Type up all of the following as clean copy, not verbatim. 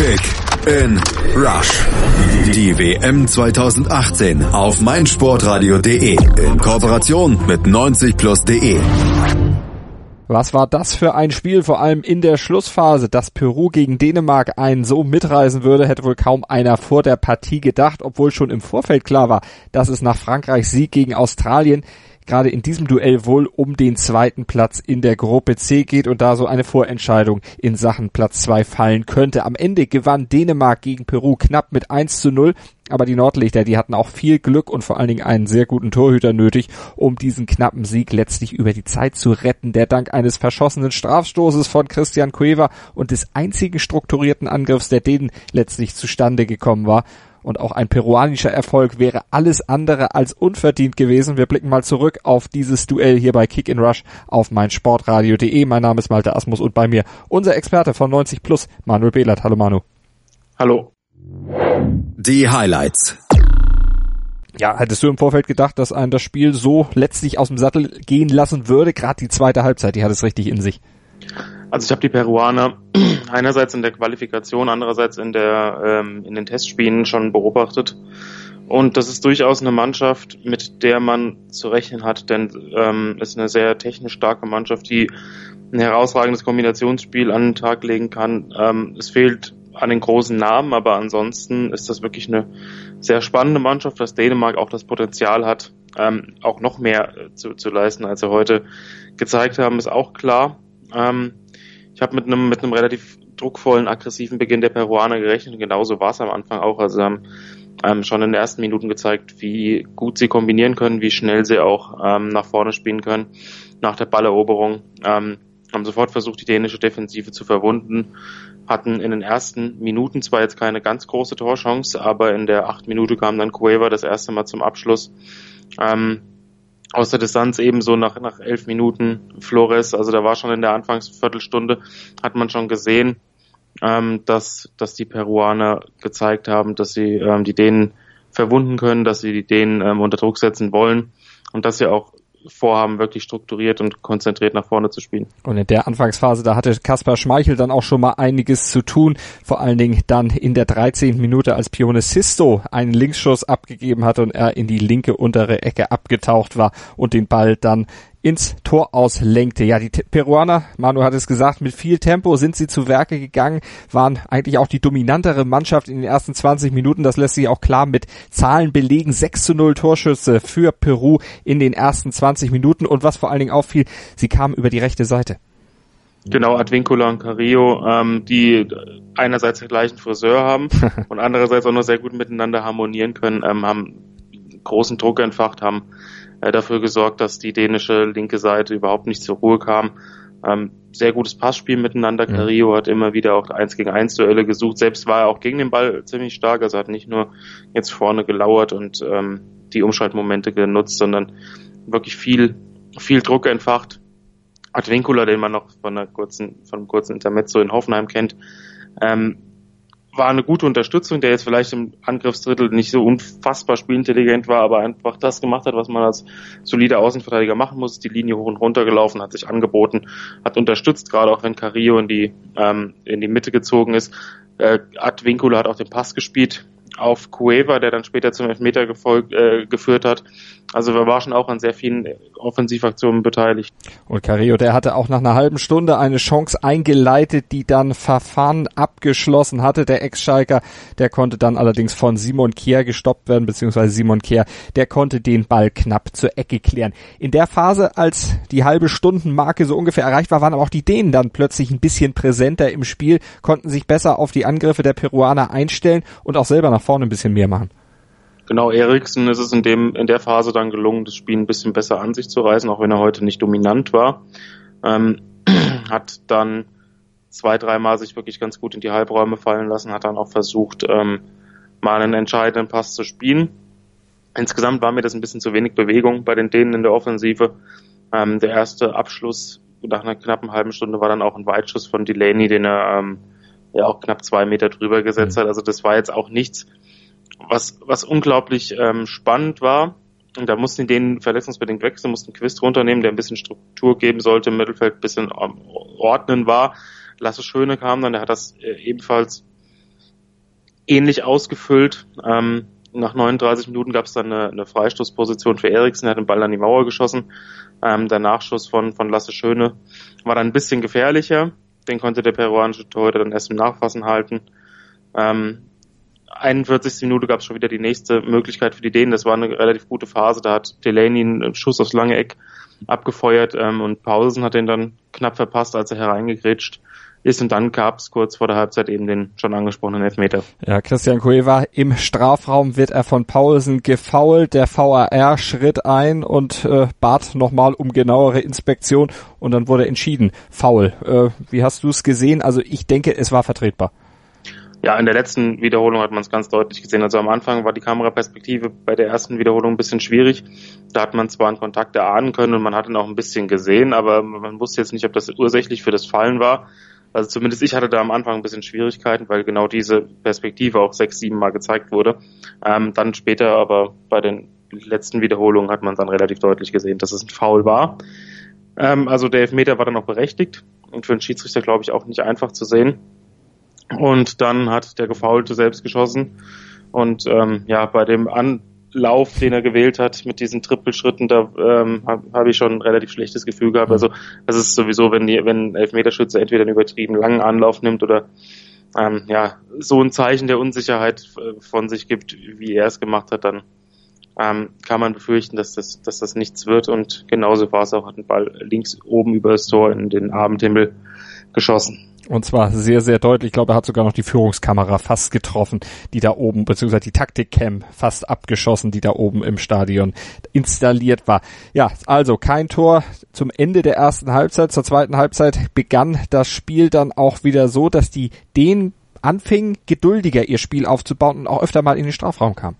Kick in Rush. Die WM 2018 auf meinsportradio.de in Kooperation mit 90plus.de. Was war das für ein Spiel, vor allem in der Schlussphase, dass Peru gegen Dänemark einen so mitreißen würde, hätte wohl kaum einer vor der Partie gedacht, obwohl schon im Vorfeld klar war, dass es nach Frankreichs Sieg gegen Australien gerade in diesem Duell wohl um den zweiten Platz in der Gruppe C geht und da so eine Vorentscheidung in Sachen Platz 2 fallen könnte. Am Ende gewann Dänemark gegen Peru knapp mit 1:0, aber die Nordlichter, die hatten auch viel Glück und vor allen Dingen einen sehr guten Torhüter nötig, um diesen knappen Sieg letztlich über die Zeit zu retten, der dank eines verschossenen Strafstoßes von Christian Cueva und des einzigen strukturierten Angriffs der Dänen letztlich zustande gekommen war. Und auch ein peruanischer Erfolg wäre alles andere als unverdient gewesen. Wir blicken mal zurück auf dieses Duell hier bei Kick in Rush auf meinsportradio.de. Mein Name ist Malte Asmus und bei mir unser Experte von 90plus, Manuel Behlert. Hallo Manu. Hallo. Die Highlights. Ja, hättest du im Vorfeld gedacht, dass einen das Spiel so letztlich aus dem Sattel gehen lassen würde? Gerade die zweite Halbzeit, die hat es richtig in sich. Also ich habe die Peruaner einerseits in der Qualifikation, andererseits in den Testspielen schon beobachtet. Und das ist durchaus eine Mannschaft, mit der man zu rechnen hat, denn es ist eine sehr technisch starke Mannschaft, die ein herausragendes Kombinationsspiel an den Tag legen kann. Es fehlt an den großen Namen, aber ansonsten ist das wirklich eine sehr spannende Mannschaft, dass Dänemark auch das Potenzial hat, auch noch mehr zu leisten, als sie heute gezeigt haben, ist auch klar. Ich habe mit einem relativ druckvollen, aggressiven Beginn der Peruaner gerechnet. Genauso war es am Anfang auch. Also sie haben schon in den ersten Minuten gezeigt, wie gut sie kombinieren können, wie schnell sie auch nach vorne spielen können. Nach der Balleroberung haben sofort versucht, die dänische Defensive zu verwunden. Hatten in den ersten Minuten zwar jetzt keine ganz große Torchance, aber in der 8. Minute kam dann Cueva das erste Mal zum Abschluss. Aus der Distanz ebenso nach 11 Minuten Flores, also da war schon in der Anfangsviertelstunde, hat man schon gesehen, dass die Peruaner gezeigt haben, dass sie die Dänen verwunden können, dass sie die Dänen unter Druck setzen wollen und dass sie auch vorhaben, wirklich strukturiert und konzentriert nach vorne zu spielen. Und in der Anfangsphase, da hatte Kasper Schmeichel dann auch schon mal einiges zu tun, vor allen Dingen dann in der 13. Minute, als Pione Sisto einen Linksschuss abgegeben hat und er in die linke untere Ecke abgetaucht war und den Ball dann ins Tor auslenkte. Ja, die Peruaner, Manu hat es gesagt, mit viel Tempo sind sie zu Werke gegangen, waren eigentlich auch die dominantere Mannschaft in den ersten 20 Minuten. Das lässt sich auch klar mit Zahlen belegen. 6:0 Torschüsse für Peru in den ersten 20 Minuten. Und was vor allen Dingen auffiel, sie kamen über die rechte Seite. Genau, Advíncula und Carrillo, die einerseits den gleichen Friseur haben und andererseits auch noch sehr gut miteinander harmonieren können, haben großen Druck entfacht, haben dafür gesorgt, dass die dänische linke Seite überhaupt nicht zur Ruhe kam. Sehr gutes Passspiel miteinander. Carrillo hat immer wieder auch 1-gegen-1 Duelle gesucht. Selbst war er auch gegen den Ball ziemlich stark. Also hat nicht nur jetzt vorne gelauert und die Umschaltmomente genutzt, sondern wirklich viel Druck entfacht. Advíncula, den man noch von einem kurzen Intermezzo in Hoffenheim kennt, war eine gute Unterstützung, der jetzt vielleicht im Angriffsdrittel nicht so unfassbar spielintelligent war, aber einfach das gemacht hat, was man als solider Außenverteidiger machen muss, die Linie hoch und runter gelaufen, hat sich angeboten, hat unterstützt, gerade auch wenn Carrillo in die Mitte gezogen ist. Advíncula hat auch den Pass gespielt auf Cueva, der dann später zum Elfmeter geführt hat. Also wir waren schon auch an sehr vielen Offensivaktionen beteiligt. Und Carrillo, der hatte auch nach einer halben Stunde eine Chance eingeleitet, die dann Verfahren abgeschlossen hatte. Der Ex-Schalker, der konnte dann allerdings von Simon Kjær gestoppt werden, beziehungsweise Simon Kjær, der konnte den Ball knapp zur Ecke klären. In der Phase, als die halbe Stundenmarke so ungefähr erreicht war, waren aber auch die Dänen dann plötzlich ein bisschen präsenter im Spiel, konnten sich besser auf die Angriffe der Peruaner einstellen und auch selber nach vorne ein bisschen mehr machen. Genau, Eriksen ist es in der Phase dann gelungen, das Spiel ein bisschen besser an sich zu reißen, auch wenn er heute nicht dominant war. Hat dann 2-3 Mal sich wirklich ganz gut in die Halbräume fallen lassen, hat dann auch versucht, mal einen entscheidenden Pass zu spielen. Insgesamt war mir das ein bisschen zu wenig Bewegung bei den Dänen in der Offensive. Der erste Abschluss nach einer knappen halben Stunde war dann auch ein Weitschuss von Delaney, den er auch knapp 2 Meter drüber gesetzt hat. Also das war jetzt auch nichts, was unglaublich spannend war. Und da mussten die Dänen verletzungsbedingt wechseln, mussten Quist runternehmen, der ein bisschen Struktur geben sollte, im Mittelfeld ein bisschen ordnen war. Lasse Schöne kam dann, der hat das ebenfalls ähnlich ausgefüllt. Nach 39 Minuten gab es dann eine Freistoßposition für Eriksen, er hat den Ball an die Mauer geschossen. Der Nachschuss von Lasse Schöne war dann ein bisschen gefährlicher. Den konnte der peruanische Torhüter dann erst im Nachfassen halten. 41. Minute gab es schon wieder die nächste Möglichkeit für die Dänen. Das war eine relativ gute Phase. Da hat Delaney einen Schuss aufs lange Eck abgefeuert und Paulsen hat den dann knapp verpasst, als er hereingegrätscht ist. Und dann gab es kurz vor der Halbzeit eben den schon angesprochenen Elfmeter. Ja, Christian Cueva im Strafraum wird er von Paulsen gefoult. Der VAR schritt ein und bat nochmal um genauere Inspektion und dann wurde entschieden, Foul. Wie hast du es gesehen? Also ich denke, es war vertretbar. Ja, in der letzten Wiederholung hat man es ganz deutlich gesehen. Also am Anfang war die Kameraperspektive bei der ersten Wiederholung ein bisschen schwierig. Da hat man zwar einen Kontakt erahnen können und man hat ihn auch ein bisschen gesehen, aber man wusste jetzt nicht, ob das ursächlich für das Fallen war. Also zumindest ich hatte da am Anfang ein bisschen Schwierigkeiten, weil genau diese Perspektive auch 6-7 Mal gezeigt wurde. Dann später aber bei den letzten Wiederholungen hat man dann relativ deutlich gesehen, dass es ein Foul war. Also der Elfmeter war dann auch berechtigt und für den Schiedsrichter, glaube ich, auch nicht einfach zu sehen. Und dann hat der Gefaulte selbst geschossen und bei dem Anlauf, den er gewählt hat mit diesen Trippelschritten, da habe ich schon ein relativ schlechtes Gefühl gehabt. Also das ist sowieso, wenn ein Elfmeterschütze entweder einen übertrieben langen Anlauf nimmt oder so ein Zeichen der Unsicherheit von sich gibt, wie er es gemacht hat, dann kann man befürchten, dass das nichts wird. Und genauso war es auch, hat den Ball links oben über das Tor in den Abendhimmel geschossen. Und zwar sehr, sehr deutlich. Ich glaube, er hat sogar noch die Führungskamera fast getroffen, die da oben, beziehungsweise die Taktikcam fast abgeschossen, die da oben im Stadion installiert war. Ja, also kein Tor zum Ende der ersten Halbzeit. Zur zweiten Halbzeit begann das Spiel dann auch wieder so, dass die Dänen anfingen, geduldiger ihr Spiel aufzubauen und auch öfter mal in den Strafraum kamen.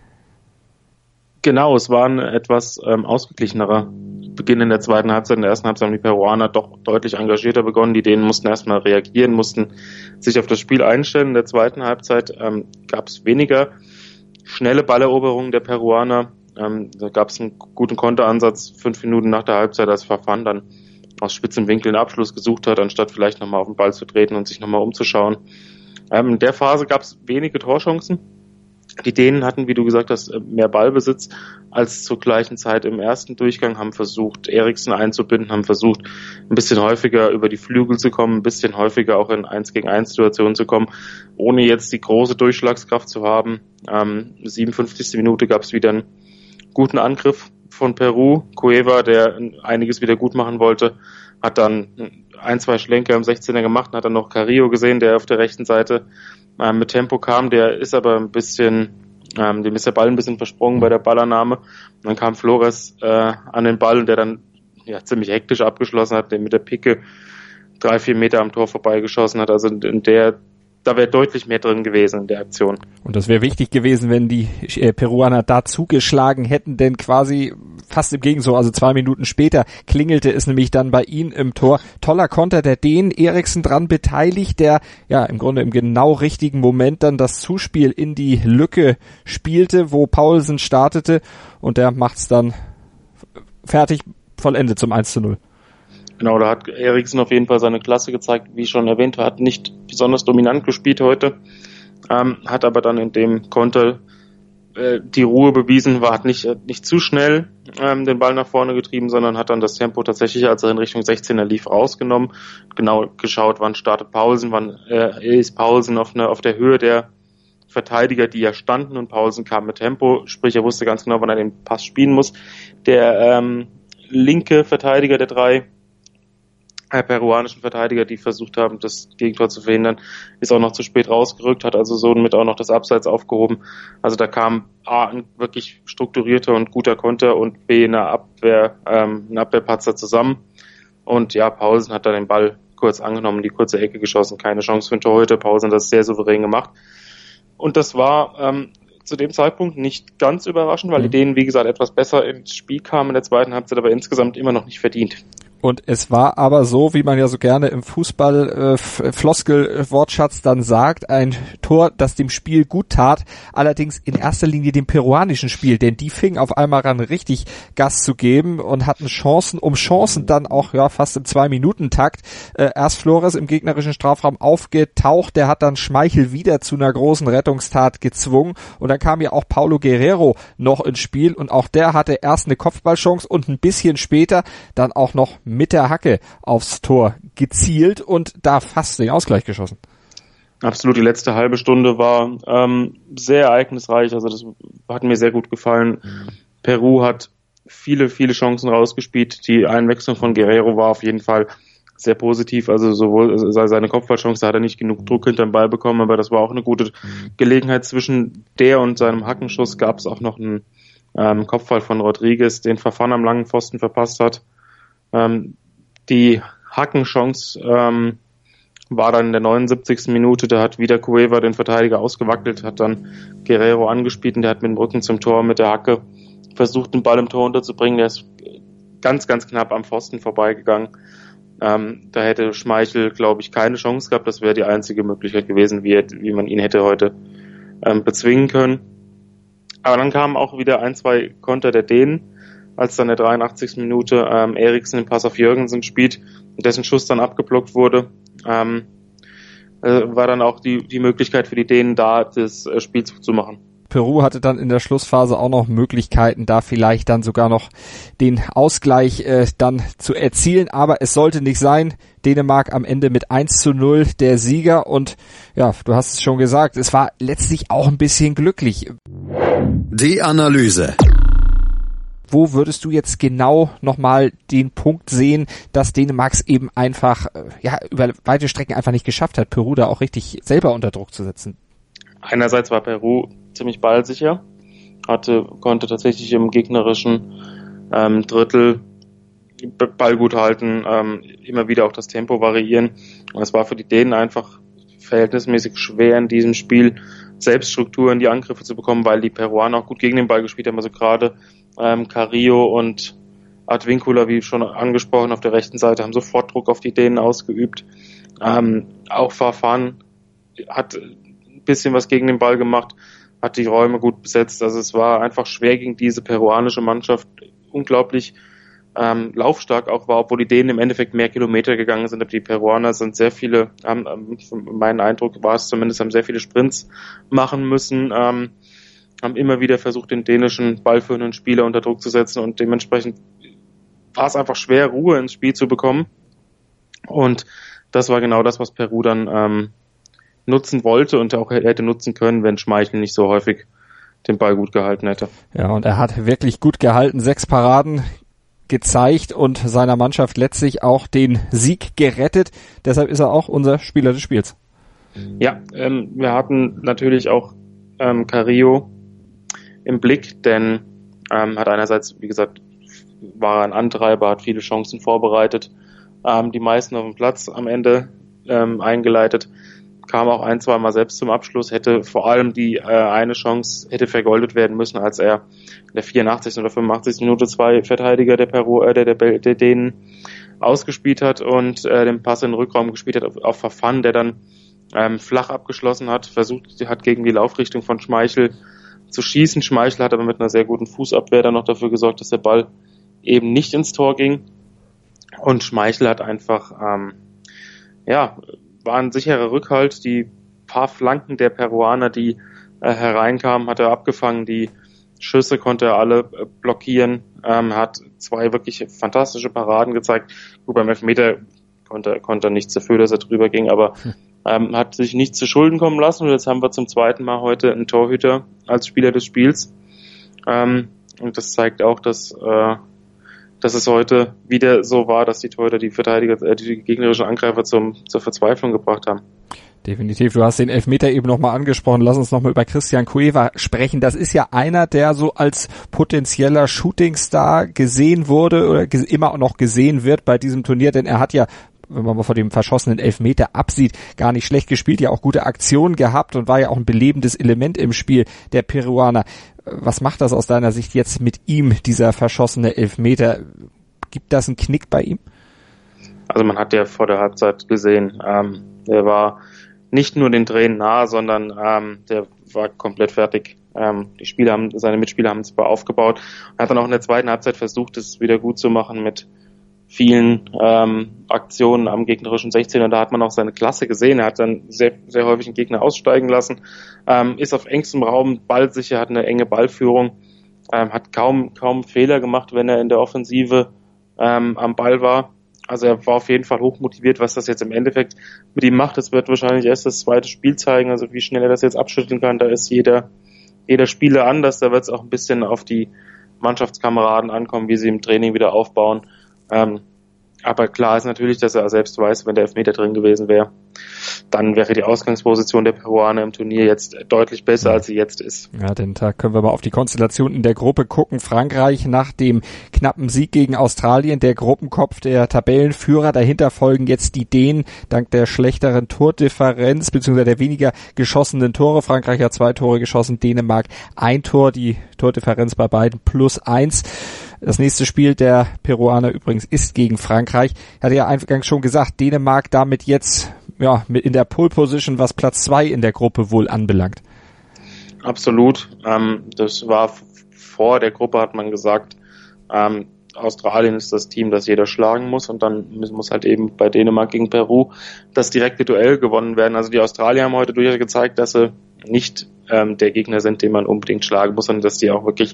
Genau, es war ein etwas ausgeglichenerer Beginn in der zweiten Halbzeit. In der ersten Halbzeit haben die Peruaner doch deutlich engagierter begonnen. Die Dänen mussten erstmal reagieren, mussten sich auf das Spiel einstellen. In der zweiten Halbzeit gab es weniger schnelle Balleroberungen der Peruaner. Da gab es einen guten Konteransatz 5 Minuten nach der Halbzeit, als Fafan dann aus spitzen Winkeln einen Abschluss gesucht hat, anstatt vielleicht nochmal auf den Ball zu treten und sich nochmal umzuschauen. In der Phase gab es wenige Torchancen. Die Dänen hatten, wie du gesagt hast, mehr Ballbesitz als zur gleichen Zeit im ersten Durchgang, haben versucht, Eriksen einzubinden, haben versucht, ein bisschen häufiger über die Flügel zu kommen, ein bisschen häufiger auch in 1-gegen-1 Situationen zu kommen, ohne jetzt die große Durchschlagskraft zu haben. 57. Minute gab es wieder einen guten Angriff von Peru. Cueva, der einiges wieder gut machen wollte, hat dann 1-2 Schlenker im 16er gemacht und hat dann noch Carrillo gesehen, der auf der rechten Seite mit Tempo kam. Der ist aber ein bisschen, dem ist der Ball ein bisschen versprungen bei der Ballannahme. Und dann kam Flores an den Ball und der dann ziemlich hektisch abgeschlossen hat, der mit der Picke 3-4 Meter am Tor vorbeigeschossen hat. Also da wäre deutlich mehr drin gewesen in der Aktion. Und das wäre wichtig gewesen, wenn die Peruaner da zugeschlagen hätten, denn quasi fast im Gegensatz, also 2 Minuten später klingelte es nämlich dann bei ihnen im Tor. Toller Konter der Dänen, Eriksen dran beteiligt, der im Grunde im genau richtigen Moment dann das Zuspiel in die Lücke spielte, wo Paulsen startete und der macht's dann fertig, vollendet zum 1:0. Genau, da hat Eriksen auf jeden Fall seine Klasse gezeigt, wie schon erwähnt, hat nicht besonders dominant gespielt heute, hat aber dann in dem Konter die Ruhe bewiesen, hat nicht zu schnell den Ball nach vorne getrieben, sondern hat dann das Tempo tatsächlich, als er in Richtung 16er lief, rausgenommen, genau geschaut, wann startet Paulsen, wann ist Paulsen auf der Höhe der Verteidiger, die ja standen, und Paulsen kam mit Tempo, sprich er wusste ganz genau, wann er den Pass spielen muss. Der linke Verteidiger der 3 peruanischen Verteidiger, die versucht haben, das Gegentor zu verhindern, ist auch noch zu spät rausgerückt, hat also somit auch noch das Abseits aufgehoben. Also da kam A, ein wirklich strukturierter und guter Konter und B, ein Abwehrpatzer zusammen. Und Paulsen hat dann den Ball kurz angenommen, die kurze Ecke geschossen, keine Chance für den Torhüter. Paulsen hat das sehr souverän gemacht. Und das war zu dem Zeitpunkt nicht ganz überraschend, weil die Dänen, wie gesagt, etwas besser ins Spiel kamen in der zweiten Halbzeit, aber insgesamt immer noch nicht verdient. Und es war aber so, wie man ja so gerne im Fußball Floskel-Wortschatz dann sagt, ein Tor, das dem Spiel gut tat, allerdings in erster Linie dem peruanischen Spiel, denn die fingen auf einmal an, richtig Gas zu geben und hatten Chancen um Chancen dann auch fast im 2-Minuten-Takt. Erst Flores im gegnerischen Strafraum aufgetaucht, der hat dann Schmeichel wieder zu einer großen Rettungstat gezwungen und dann kam ja auch Paulo Guerrero noch ins Spiel und auch der hatte erst eine Kopfballchance und ein bisschen später dann auch noch mit der Hacke aufs Tor gezielt und da fast den Ausgleich geschossen. Absolut, die letzte halbe Stunde war sehr ereignisreich, also das hat mir sehr gut gefallen. Peru hat viele Chancen rausgespielt, die Einwechslung von Guerrero war auf jeden Fall sehr positiv, also sowohl seine Kopfballchance, da hat er nicht genug Druck hinterm Ball bekommen, aber das war auch eine gute Gelegenheit. Zwischen der und seinem Hackenschuss gab es auch noch einen Kopfball von Rodriguez, den Verfahren am langen Pfosten verpasst hat. Die Hackenchance war dann in der 79. Minute, da hat wieder Cueva den Verteidiger ausgewackelt, hat dann Guerrero angespielt und der hat mit dem Rücken zum Tor mit der Hacke versucht, den Ball im Tor unterzubringen. Der ist ganz knapp am Pfosten vorbeigegangen. Da hätte Schmeichel, glaube ich, keine Chance gehabt. Das wäre die einzige Möglichkeit gewesen, wie man ihn hätte heute bezwingen können. Aber dann kamen auch wieder 1-2 Konter der Dänen, als dann in der 83. Minute Eriksen den Pass auf Jürgensen spielt und dessen Schuss dann abgeblockt wurde, war dann auch die Möglichkeit für die Dänen da, das Spiel zu machen. Peru hatte dann in der Schlussphase auch noch Möglichkeiten, da vielleicht dann sogar noch den Ausgleich dann zu erzielen, aber es sollte nicht sein. Dänemark am Ende mit 1-0 der Sieger und ja, du hast es schon gesagt, es war letztlich auch ein bisschen glücklich. Die Analyse. Wo würdest du jetzt genau nochmal den Punkt sehen, dass Dänemarks eben einfach über weite Strecken einfach nicht geschafft hat, Peru da auch richtig selber unter Druck zu setzen? Einerseits war Peru ziemlich ballsicher, konnte tatsächlich im gegnerischen Drittel Ball gut halten, immer wieder auch das Tempo variieren. Und es war für die Dänen einfach verhältnismäßig schwer in diesem Spiel Selbststruktur in die Angriffe zu bekommen, weil die Peruaner auch gut gegen den Ball gespielt haben. Also gerade Carrillo und Advíncula, wie schon angesprochen, auf der rechten Seite haben sofort Druck auf die Dänen ausgeübt. Auch Farfan hat ein bisschen was gegen den Ball gemacht, hat die Räume gut besetzt. Also es war einfach schwer gegen diese peruanische Mannschaft, unglaublich laufstark auch war, obwohl die Dänen im Endeffekt mehr Kilometer gegangen sind. Aber die Peruaner sind sehr viele, mein Eindruck war es zumindest, haben sehr viele Sprints machen müssen, haben immer wieder versucht, den dänischen ballführenden Spieler unter Druck zu setzen und dementsprechend war es einfach schwer, Ruhe ins Spiel zu bekommen. Und das war genau das, was Peru dann nutzen wollte und auch hätte nutzen können, wenn Schmeichel nicht so häufig den Ball gut gehalten hätte. Ja, und er hat wirklich gut gehalten, 6 Paraden gezeigt und seiner Mannschaft letztlich auch den Sieg gerettet. Deshalb ist er auch unser Spieler des Spiels. Ja, wir hatten natürlich auch Carrillo im Blick, denn hat einerseits, wie gesagt, war er ein Antreiber, hat viele Chancen vorbereitet, die meisten auf dem Platz am Ende eingeleitet, kam auch 1-2 Mal selbst zum Abschluss, hätte vor allem die eine Chance hätte vergoldet werden müssen, als er in der 84. oder 85. Minute 2 Verteidiger der Dänen ausgespielt hat und den Pass in den Rückraum gespielt hat auf Farfan, der dann flach abgeschlossen hat, hat gegen die Laufrichtung von Schmeichel zu schießen. Schmeichel hat aber mit einer sehr guten Fußabwehr dann noch dafür gesorgt, dass der Ball eben nicht ins Tor ging. Und Schmeichel hat einfach, war ein sicherer Rückhalt. Die paar Flanken der Peruaner, die hereinkamen, hat er abgefangen. Die Schüsse konnte er alle blockieren. Hat 2 wirklich fantastische Paraden gezeigt. Gut, beim Elfmeter konnte er nichts dafür, dass er drüber ging, aber hat sich nichts zu Schulden kommen lassen. Und jetzt haben wir zum zweiten Mal heute einen Torhüter als Spieler des Spiels. Und das zeigt auch, dass es heute wieder so war, dass die Torhüter die gegnerischen Angreifer zur Verzweiflung gebracht haben. Definitiv, du hast den Elfmeter eben nochmal angesprochen. Lass uns nochmal über Christian Cueva sprechen. Das ist ja einer, der so als potenzieller Shootingstar gesehen wurde oder immer noch gesehen wird bei diesem Turnier, denn er hat ja, wenn man mal vor dem verschossenen Elfmeter absieht, gar nicht schlecht gespielt, ja auch gute Aktionen gehabt und war ja auch ein belebendes Element im Spiel der Peruaner. Was macht das aus deiner Sicht jetzt mit ihm, dieser verschossene Elfmeter? Gibt das einen Knick bei ihm? Also man hat ja vor der Halbzeit gesehen, der war nicht nur den Tränen nahe, sondern der war komplett fertig. Seine Mitspieler haben zwar aufgebaut und hat dann auch in der zweiten Halbzeit versucht, es wieder gut zu machen mit vielen Aktionen am gegnerischen 16er. Da hat man auch seine Klasse gesehen. Er hat dann sehr, sehr häufig einen Gegner aussteigen lassen, ist auf engstem Raum ballsicher, hat eine enge Ballführung, hat kaum Fehler gemacht, wenn er in der Offensive am Ball war. Also er war auf jeden Fall hochmotiviert, was das jetzt im Endeffekt mit ihm macht. Das wird wahrscheinlich erst das zweite Spiel zeigen, also wie schnell er das jetzt abschütteln kann. Da ist jeder Spieler anders. Da wird es auch ein bisschen auf die Mannschaftskameraden ankommen, wie sie im Training wieder aufbauen. Aber klar ist natürlich, dass er selbst weiß, wenn der Elfmeter drin gewesen wäre, dann wäre die Ausgangsposition der Peruaner im Turnier jetzt deutlich besser, als sie jetzt ist. Ja, denn da können wir mal auf die Konstellation in der Gruppe gucken. Frankreich nach dem knappen Sieg gegen Australien, der Gruppenkopf, der Tabellenführer. Dahinter folgen jetzt die Dänen dank der schlechteren Tordifferenz bzw. der weniger geschossenen Tore. Frankreich hat 2 Tore geschossen, Dänemark 1 Tor. Die Tordifferenz bei beiden +1. Das nächste Spiel der Peruaner übrigens ist gegen Frankreich. Ich hatte ja eingangs schon gesagt, Dänemark damit jetzt in der Pole Position, was Platz 2 in der Gruppe wohl anbelangt. Absolut. Das war vor der Gruppe, hat man gesagt, Australien ist das Team, das jeder schlagen muss, und dann muss halt eben bei Dänemark gegen Peru das direkte Duell gewonnen werden. Also die Australier haben heute durchaus gezeigt, dass sie nicht der Gegner sind, den man unbedingt schlagen muss, sondern dass die auch wirklich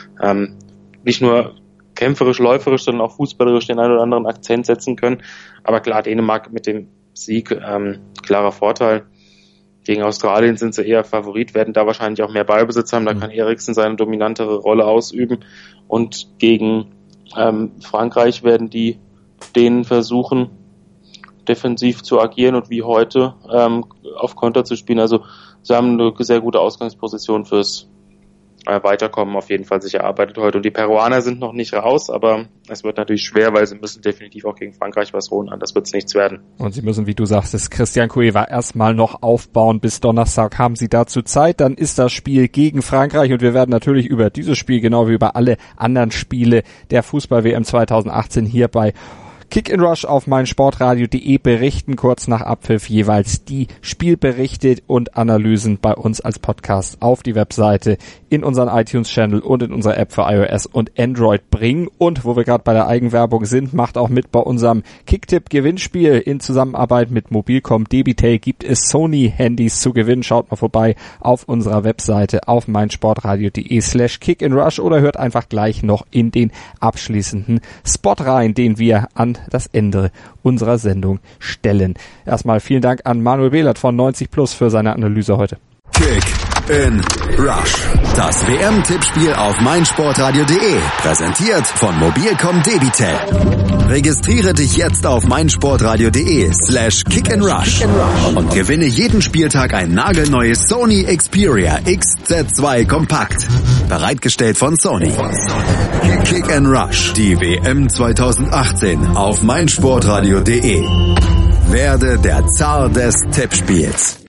nicht nur kämpferisch, läuferisch, sondern auch fußballerisch den einen oder anderen Akzent setzen können. Aber klar, Dänemark mit dem Sieg, klarer Vorteil. Gegen Australien sind sie eher Favorit, werden da wahrscheinlich auch mehr Ballbesitz haben. Da kann Eriksen seine dominantere Rolle ausüben. Und gegen Frankreich werden die Dänen versuchen, defensiv zu agieren und wie heute auf Konter zu spielen. Also sie haben eine sehr gute Ausgangsposition fürs Weiterkommen auf jeden Fall sich erarbeitet heute. Und die Peruaner sind noch nicht raus, aber es wird natürlich schwer, weil sie müssen definitiv auch gegen Frankreich was holen. Anders wird es nichts werden. Und sie müssen, wie du sagst, Christian Cueva erstmal noch aufbauen. Bis Donnerstag haben sie dazu Zeit. Dann ist das Spiel gegen Frankreich und wir werden natürlich über dieses Spiel, genau wie über alle anderen Spiele der Fußball-WM 2018 hier bei Kick-in-Rush auf meinsportradio.de berichten, kurz nach Abpfiff jeweils die Spielberichte und Analysen bei uns als Podcast auf die Webseite, in unseren iTunes-Channel und in unserer App für iOS und Android bringen. Und wo wir gerade bei der Eigenwerbung sind, macht auch mit bei unserem Kicktipp-Gewinnspiel in Zusammenarbeit mit Mobilcom Debitel. Gibt es Sony-Handys zu gewinnen. Schaut mal vorbei auf unserer Webseite auf meinsportradio.de/Kick-in-Rush oder hört einfach gleich noch in den abschließenden Spot rein, den wir an das Ende unserer Sendung stellen. Erstmal vielen Dank an Manuel Behlert von 90+ für seine Analyse heute. Kick in Rush. Das WM-Tippspiel auf meinsportradio.de. Präsentiert von Mobilcom Debitel. Registriere dich jetzt auf meinsportradio.de/Kick-in-Rush und gewinne jeden Spieltag ein nagelneues Sony Xperia XZ2 Kompakt. Bereitgestellt von Sony. Kick in Rush. Die WM 2018 auf meinsportradio.de. Werde der Zar des Tippspiels.